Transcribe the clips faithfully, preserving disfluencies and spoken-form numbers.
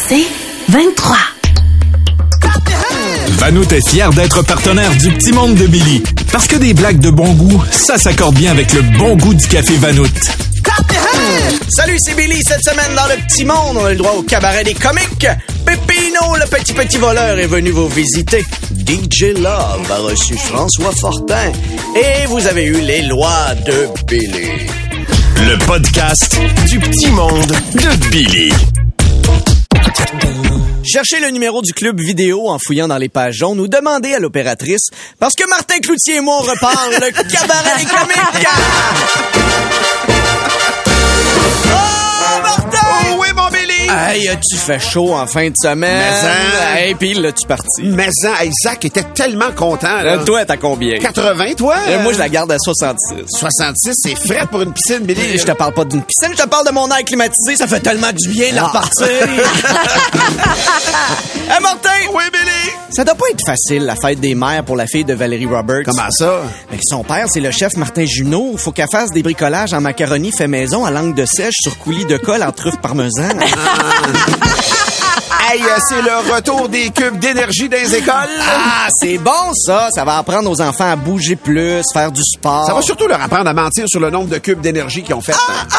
C'est vingt-trois. Vanout est fier d'être partenaire du Petit Monde de Billy. Parce que des blagues de bon goût, ça s'accorde bien avec le bon goût du café Vanout. Salut, c'est Billy. Cette semaine, dans le Petit Monde, on a le droit au cabaret des comiques. Pépino, le petit petit voleur, est venu vous visiter. D J Love a reçu François Fortin. Et vous avez eu les lois de Billy. Le podcast du Petit Monde de Billy. Cherchez le numéro du club vidéo en fouillant dans les pages jaunes ou demandez à l'opératrice, parce que Martin Cloutier et moi, on repart le cabaret des comiques. Oh, Martin! Oh oui, mon Billy! Hey, as-tu fait chaud en fin de semaine? Mais en... Hey, pis là, tu parti. Mais en, hey, Zach était tellement content, là. Euh, toi, t'as combien? quatre-vingts, toi? Euh, moi, je la garde à soixante-six. soixante-six, c'est frais pour une piscine, Billy. Je te parle pas d'une piscine, je te parle de mon air climatisé. Ça fait tellement du bien de la repartir. Hey, Martin! Oui, Billy! Ça doit pas être facile, la fête des mères pour la fille de Valérie Roberts. Comment ça? Ben, son père, c'est le chef Martin Junot. Faut qu'elle fasse des bricolages en macaroni fait maison à langue de sèche sur coulis de colle en truffe parmesan. Hey, c'est le retour des cubes d'énergie dans les écoles. Ah, c'est bon, ça. Ça va apprendre aux enfants à bouger plus, faire du sport. Ça va surtout leur apprendre à mentir sur le nombre de cubes d'énergie qu'ils ont fait.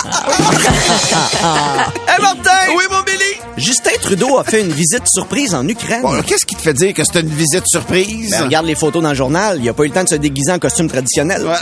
Hey, Martin! Oui, mon Billy! Justin Trudeau a fait une visite surprise en Ukraine. Bon, qu'est-ce qui te fait dire que c'est une visite surprise? Ben, regarde les photos dans le journal. Il a pas eu le temps de se déguiser en costume traditionnel. Ouais.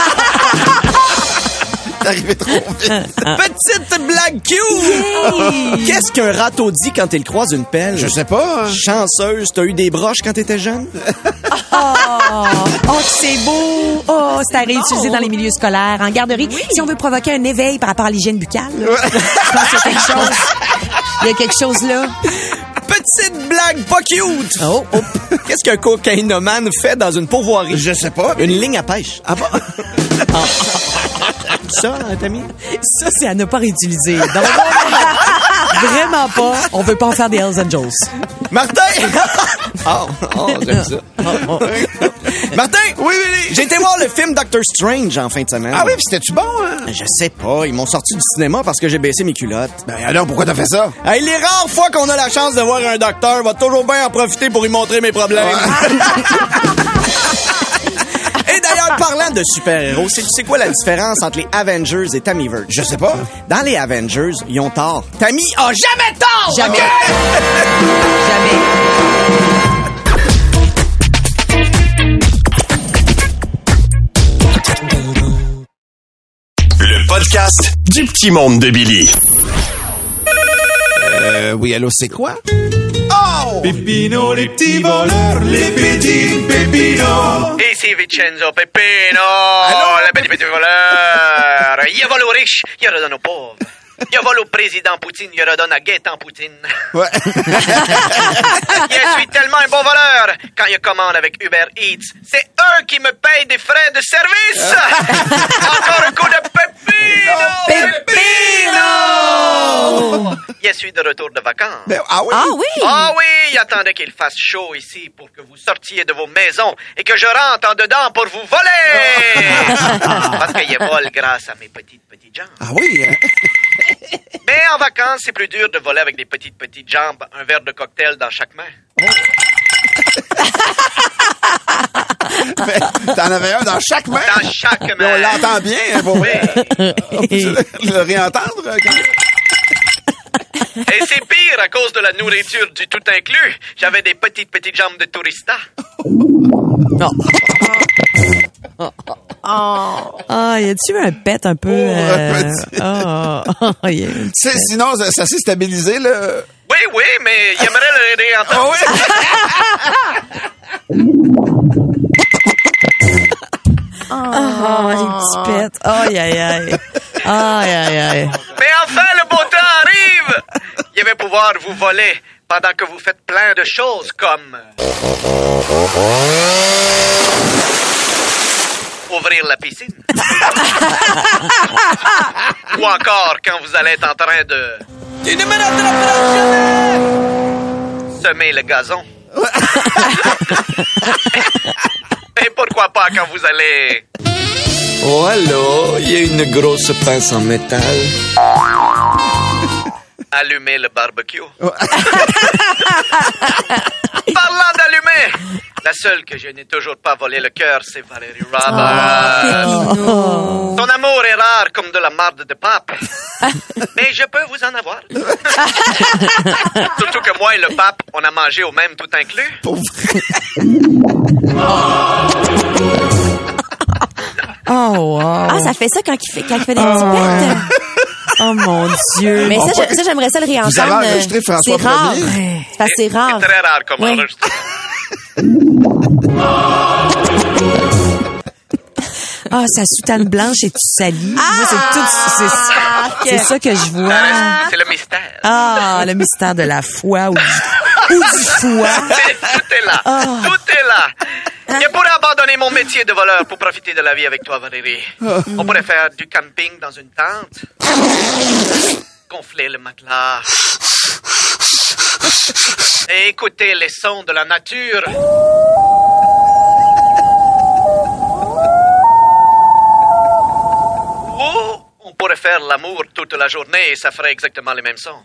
T'es arrivé trop vite. Petite blague cute! Qu'est-ce qu'un râteau dit quand il croise une pelle? Je sais pas. Hein. Chanceuse, t'as eu des broches quand t'étais jeune? Oh, oh c'est beau! Oh, c'est à réutiliser oh. dans les milieux scolaires, en garderie. Oui. Si on veut provoquer un éveil par rapport à l'hygiène buccale, là, je pense qu'il y a quelque chose. Il y a quelque chose là. Petite blague pas cute! Oh, oh. Qu'est-ce qu'un cocaïnomane fait dans une pourvoirie? Je sais pas. Une ligne à pêche. Ah bon? Oh. Ça, hein, Tammy? Ça, c'est à ne pas réutiliser. Donc, vraiment pas. On veut pas en faire des Hells Angels. Martin! Oh, oh j'aime ça. Oh, oh. Martin! Oui, Billy! J'ai été voir le film Doctor Strange en fin de semaine. Ah oui, pis c'était-tu bon, hein? Je sais pas. Ils m'ont sorti du cinéma parce que j'ai baissé mes culottes. Ben alors, pourquoi t'as fait ça? Hey, les rares fois qu'on a la chance de voir un docteur, va toujours bien en profiter pour lui montrer mes problèmes. Ouais. Et d'ailleurs, parlant de super-héros, c'est, tu sais quoi la différence entre les Avengers et Tammyverse? Je sais pas. Dans les Avengers, ils ont tort. Tammy a jamais tort! Jamais. Okay? Jamais. Le podcast du Petit Monde de Billy. Euh, oui, allô, c'est quoi? Oh! Pépino, les petits voleurs, les petits Pépino. Ici Vincenzo Peppino, Allô? le petit petit voleur. Io vole aux riches, io redonne aux pauvres. Io vole au président Poutine, io redonne à Gaëtan Poutine. Ouais. Je suis tellement un bon voleur. Quand je commande avec Uber Eats, c'est eux qui me payent des frais de service. Encore un coup de Peppino. Peppino. Je suis de retour de vacances. Ben, ah oui? Ah oui? Ah oui, attendez qu'il fasse chaud ici pour que vous sortiez de vos maisons et que je rentre en dedans pour vous voler. Parce que je vole grâce à mes petites petites jambes. Ah oui? Hein? Mais en vacances, c'est plus dur de voler avec des petites petites jambes, un verre de cocktail dans chaque main. Ben, t'en avais un dans chaque main? Dans chaque main. Mais on l'entend bien, hein, pour Oui. On peut le réentendre? Quand... Et c'est pire à cause de la nourriture du tout inclus. J'avais des petites petites jambes de tourista. Non. Oh. Ah, y a-tu un pet un peu... Euh... Oh, oh, oh, y a une C'est, sinon, ça, ça s'est stabilisé, là. Oui, oui, mais j'aimerais le réentendre. Ah oui? Oh, les petits pets. Aïe, aïe, aïe. Aïe, aïe, aïe. Mais enfin, le beau temps arrive. Je vais pouvoir vous voler pendant que vous faites plein de choses comme... ouvrir la piscine. Ou encore quand vous allez être en train de... semer le gazon. Et pourquoi pas quand vous allez... Oh, allô, il y a une grosse pince en métal. allumer le barbecue. Parlant d'allumer, la seule que je n'ai toujours pas volé le cœur, c'est Valérie Roberts. Oh, Ton amour est rare comme de la marde de pape. Mais je peux vous en avoir. Surtout que moi et le pape, on a mangé au même tout inclus. oh wow. Ah, ça fait ça quand il fait, quand il fait des petits pets. Oh mon Dieu. Mais Bon, ça, pas- je- ça, j'aimerais ça le réentendre. Vous avez enregistré François C'est rare. Premier? C'est parce que c'est rare. C'est très rare comme Oui. enregistrement. Ah, sa soutane blanche est-tu salie? Moi, c'est tout, c'est ça. C'est ça que je vois. C'est le mystère. Ah, le mystère de la foi ou du, ou du foie. Tout est là. Tout est là. Je pourrais abandonner mon métier de voleur pour profiter de la vie avec toi, Valérie. On pourrait faire du camping dans une tente. Gonfler le matelas. Et écouter les sons de la nature. Ou on pourrait faire l'amour toute la journée et ça ferait exactement les mêmes sons.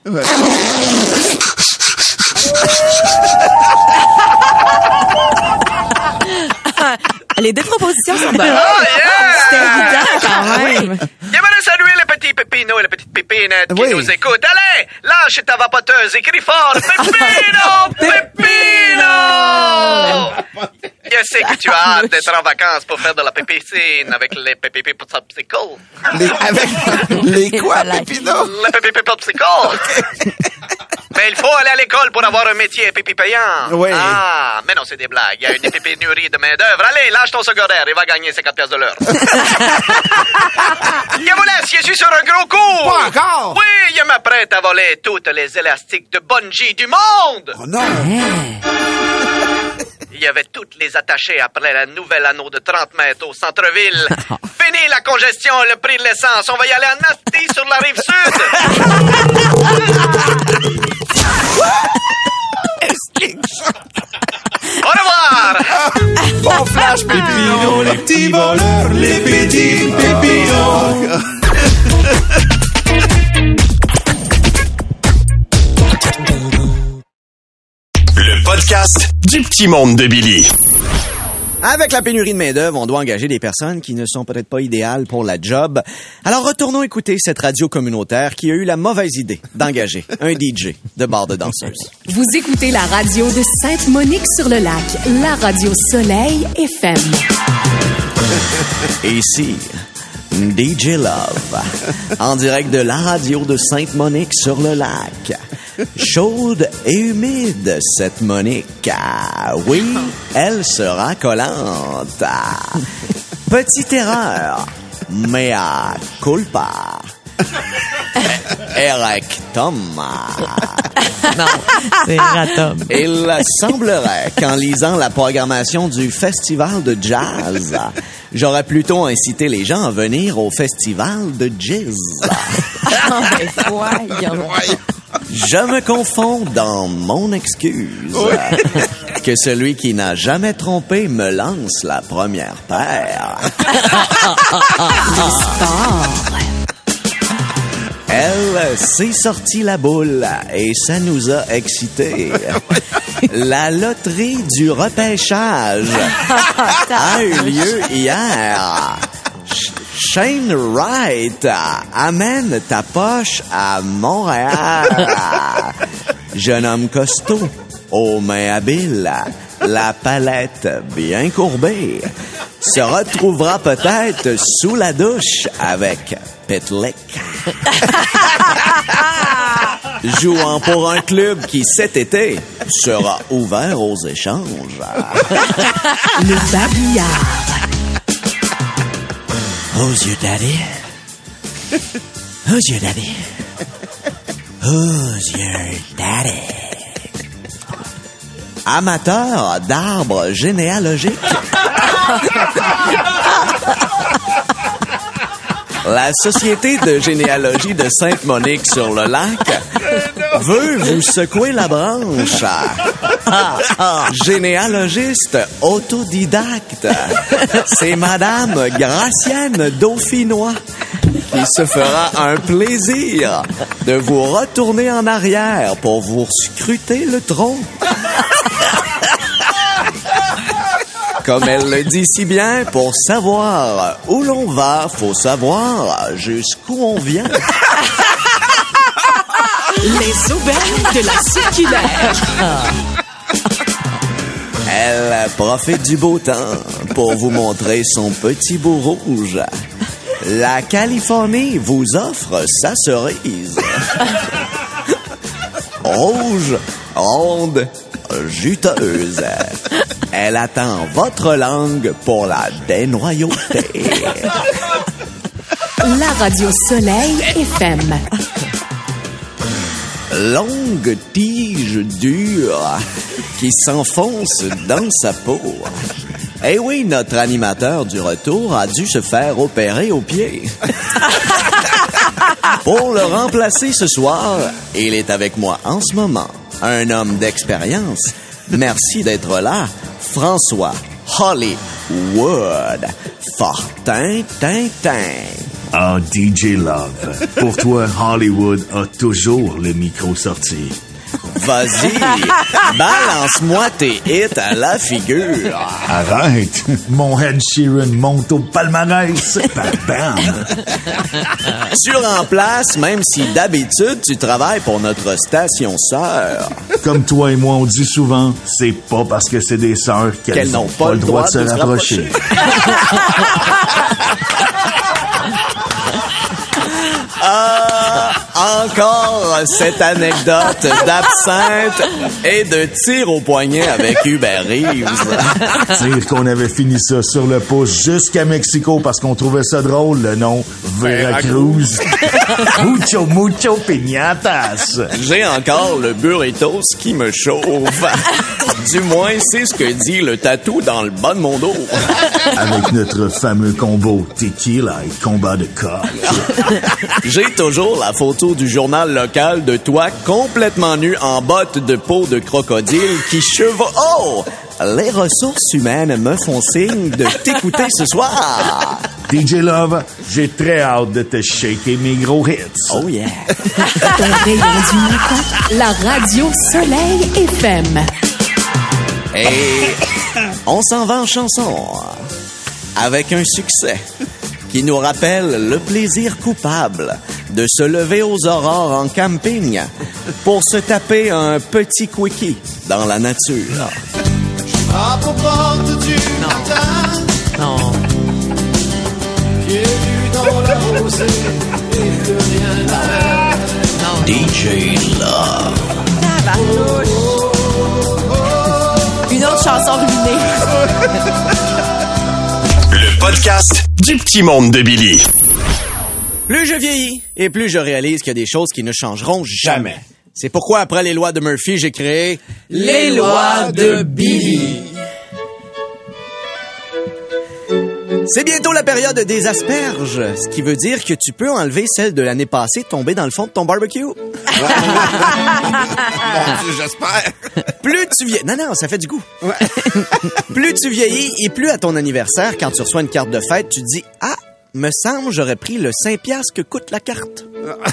Les deux propositions sont bonnes. Oh yeah! C'était évident quand même. J'aimerais saluer les petits pépinos et les petites pépinettes qui Oui. nous écoutent. Allez, lâche ta vapoteuse et crie fort. Pépino! Pépino! Je sais que tu as hâte d'être en vacances pour faire de la pépicine avec les pépipi popsicles. Les, avec les quoi, Pépino? Les pépipi popsicles. Mais il faut aller à l'école pour avoir un métier pipi payant. Oui. Ah, mais non, c'est des blagues. Il y a une pénurie de main-d'œuvre. Allez, lâche ton secondaire. Il va gagner cinquante piastres de l'heure. Je vous laisse. Je suis sur un gros coup. Pas encore? Oui, je m'apprête à voler toutes les élastiques de bungee du monde. Oh non! Il y avait toutes les attachées après la nouvelle anneau de trente mètres au centre-ville. Fini la congestion et le prix de l'essence. On va y aller en asti sur la rive sud. Au revoir. Bon flash, Pépino! Pépinos, les petits voleurs, les petits pépinos. Le podcast du petit monde de Billy. Avec la pénurie de main-d'œuvre, on doit engager des personnes qui ne sont peut-être pas idéales pour la job. Alors retournons écouter cette radio communautaire qui a eu la mauvaise idée d'engager un D J de bar de danseuse. Vous écoutez la radio de Sainte-Monique-sur-le-Lac, la radio Soleil F M. Et ici, D J Love, en direct de la radio de Sainte-Monique-sur-le-Lac. Chaude et humide, cette Monique. Ah, oui, elle sera collante. Ah, petite erreur, mea culpa. Erectum. Non, c'est ratum. Il semblerait qu'en lisant la programmation du festival de jazz, j'aurais plutôt incité les gens à venir au festival de jazz. Oh, mais voyons. Je me confonds dans mon excuse. Que celui qui n'a jamais trompé me lance la première paire. Elle s'est sortie la boule et ça nous a excités. La loterie du repêchage a eu lieu hier. Sh- Shane Wright, amène ta poche à Montréal. Jeune homme costaud, aux mains habiles, la palette bien courbée, se retrouvera peut-être sous la douche avec Pitlick. Jouant pour un club qui, cet été, sera ouvert aux échanges. Le babillard. Who's your daddy? Who's your daddy? Who's your daddy? Amateur d'arbres généalogiques. La Société de généalogie de Sainte-Monique-sur-le-Lac veut vous secouer la branche. Généalogiste autodidacte, c'est Madame Gracienne Dauphinois qui se fera un plaisir de vous retourner en arrière pour vous scruter le tronc. Comme elle le dit si bien, pour savoir où l'on va, faut savoir jusqu'où on vient. Les aubaines de la circulaire. Elle profite du beau temps pour vous montrer son petit bout rouge. La Californie vous offre sa cerise. Rouge, ronde, juteuse. Elle attend votre langue pour la dénoyauté. La radio Soleil F M. Longue tige dure qui s'enfonce dans sa peau. Eh oui, notre animateur du retour a dû se faire opérer au pied. Pour le remplacer ce soir, il est avec moi en ce moment. Un homme d'expérience. Merci d'être là, François Hollywood Fortin-Tintin. Ah, D J Love. Pour toi, Hollywood a toujours le micro sorti. Vas-y, balance-moi tes hits à la figure. Arrête. Mon Ed Sheeran monte au palmarès. Bam, bam. Tu remplaces, même si d'habitude tu travailles pour notre station sœur. Comme toi et moi, on dit souvent, c'est pas parce que c'est des sœurs qu'elles, qu'elles n'ont pas, pas le droit, droit de se rapprocher. Ah, encore cette anecdote d'absinthe et de tir au poignet avec Hubert Reeves. Dire qu'on avait fini ça sur le pouce jusqu'à Mexico parce qu'on trouvait ça drôle, le nom Veracruz. Mucho, mucho piñatas. J'ai encore le burritos qui me chauffe. Du moins, c'est ce que dit le tatou dans le bas de mon dos. Avec notre fameux combo tequila et combat de coq. J'ai toujours la photo du journal local de toi complètement nu en bottes de peau de crocodile qui chevauche... Oh! Les ressources humaines me font signe de t'écouter ce soir. D J Love, j'ai très hâte de te shaker mes gros hits. Oh yeah! Un rayon du matin, la radio Soleil F M. Et on s'en va en chanson avec un succès qui nous rappelle le plaisir coupable de se lever aux aurores en camping pour se taper un petit quickie dans la nature. Frappe aux portes du matin. Non. Pieds nus dans la rosée et plus rien à faire. D J Love. Tabarnouche. Une autre chanson ruinée. Le podcast du petit monde de Billy. Plus je vieillis et plus je réalise qu'il y a des choses qui ne changeront jamais. C'est pourquoi, après les lois de Murphy, j'ai créé Les lois de Billy. C'est bientôt la période des asperges, ce qui veut dire que tu peux enlever celle de l'année passée tombée dans le fond de ton barbecue. Mon Dieu, j'espère. Plus tu vieillis... Non, non, ça fait du goût. Plus tu vieillis et plus à ton anniversaire, quand tu reçois une carte de fête, tu te dis « Ah, me semble j'aurais pris le cinq piastres que coûte la carte. »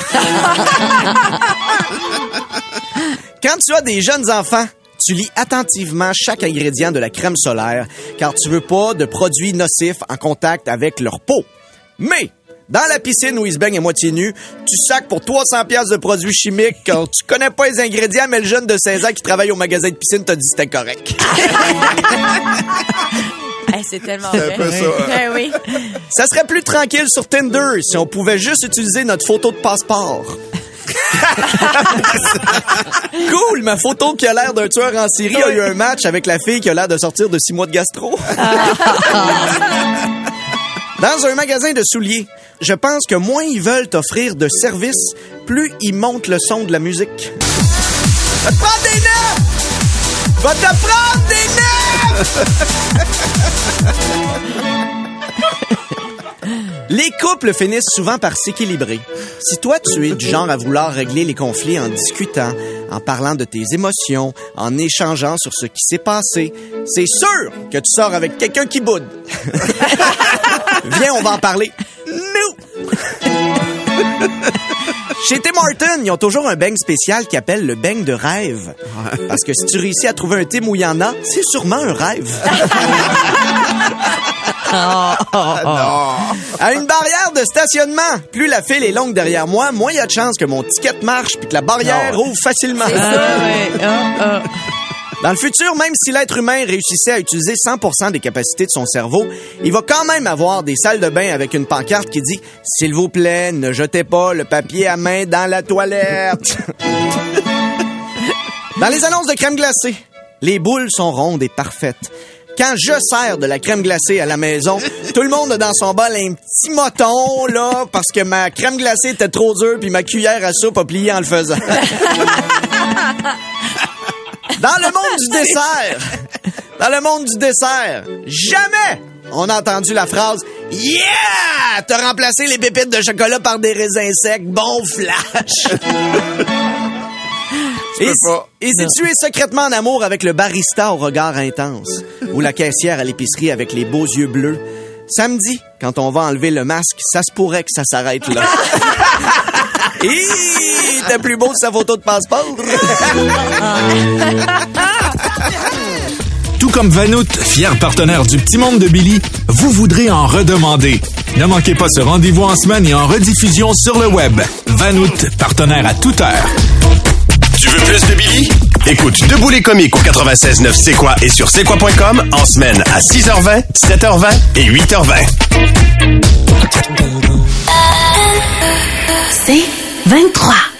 Quand tu as des jeunes enfants, tu lis attentivement chaque ingrédient de la crème solaire, car tu veux pas de produits nocifs en contact avec leur peau. Mais, dans la piscine où ils se baignent à moitié nus, tu sacs pour trois cents piastres de produits chimiques quand tu connais pas les ingrédients, mais le jeune de seize ans qui travaille au magasin de piscine t'a dit c'était correct. Hey, c'est tellement C'est vrai. un peu ça, hein. Ben oui. Ça serait plus tranquille sur Tinder si on pouvait juste utiliser notre photo de passeport. Cool, ma photo qui a l'air d'un tueur en série a eu un match avec la fille qui a l'air de sortir de six mois de gastro. Dans un magasin de souliers, je pense que moins ils veulent t'offrir de services, plus ils montent le son de la musique. Va te prendre des neufs! Va te prendre des neufs! Les couples finissent souvent par s'équilibrer. Si toi, tu es du genre à vouloir régler les conflits en discutant, en parlant de tes émotions, en échangeant sur ce qui s'est passé, c'est sûr que tu sors avec quelqu'un qui boude. Viens, on va en parler. Nous! Chez Tim Hortons, ils ont toujours un beigne spécial qui appelle le beigne de rêve. Parce que si tu réussis à trouver un Tim où il y en a, c'est sûrement un rêve. Oh, oh, oh. À une barrière de stationnement, plus la file est longue derrière moi, moins il y a de chances que mon ticket marche puis que la barrière ouvre facilement. Ah, ouais. oh, oh. Dans le futur, même si l'être humain réussissait à utiliser cent pour cent des capacités de son cerveau, il va quand même avoir des salles de bain avec une pancarte qui dit « S'il vous plaît, ne jetez pas le papier à main dans la toilette. » Dans les annonces de crème glacée, les boules sont rondes et parfaites. Quand je sers de la crème glacée à la maison, tout le monde a dans son bol un petit moton, là, parce que ma crème glacée était trop dure puis ma cuillère à soupe a plié en le faisant. Dans le monde du dessert, dans le monde du dessert, jamais on a entendu la phrase « Yeah! T'as remplacé les pépites de chocolat par des raisins secs, bon flash! » Et, et si tu es secrètement en amour avec le barista au regard intense ou la caissière à l'épicerie avec les beaux yeux bleus, samedi, quand on va enlever le masque, ça se pourrait que ça s'arrête là. Hi! T'es plus beau que sa photo de passeport. Tout comme Vanout, fier partenaire du Petit Monde de Billy, vous voudrez en redemander. Ne manquez pas ce rendez-vous en semaine et en rediffusion sur le web. Vanout, partenaire à toute heure. Tu veux plus de Billy? Écoute Debout les comiques au quatre-vingt-seize neuf C'est quoi et sur c'est quoi point com en semaine à six heures vingt, sept heures vingt et huit heures vingt. C'est vingt-trois.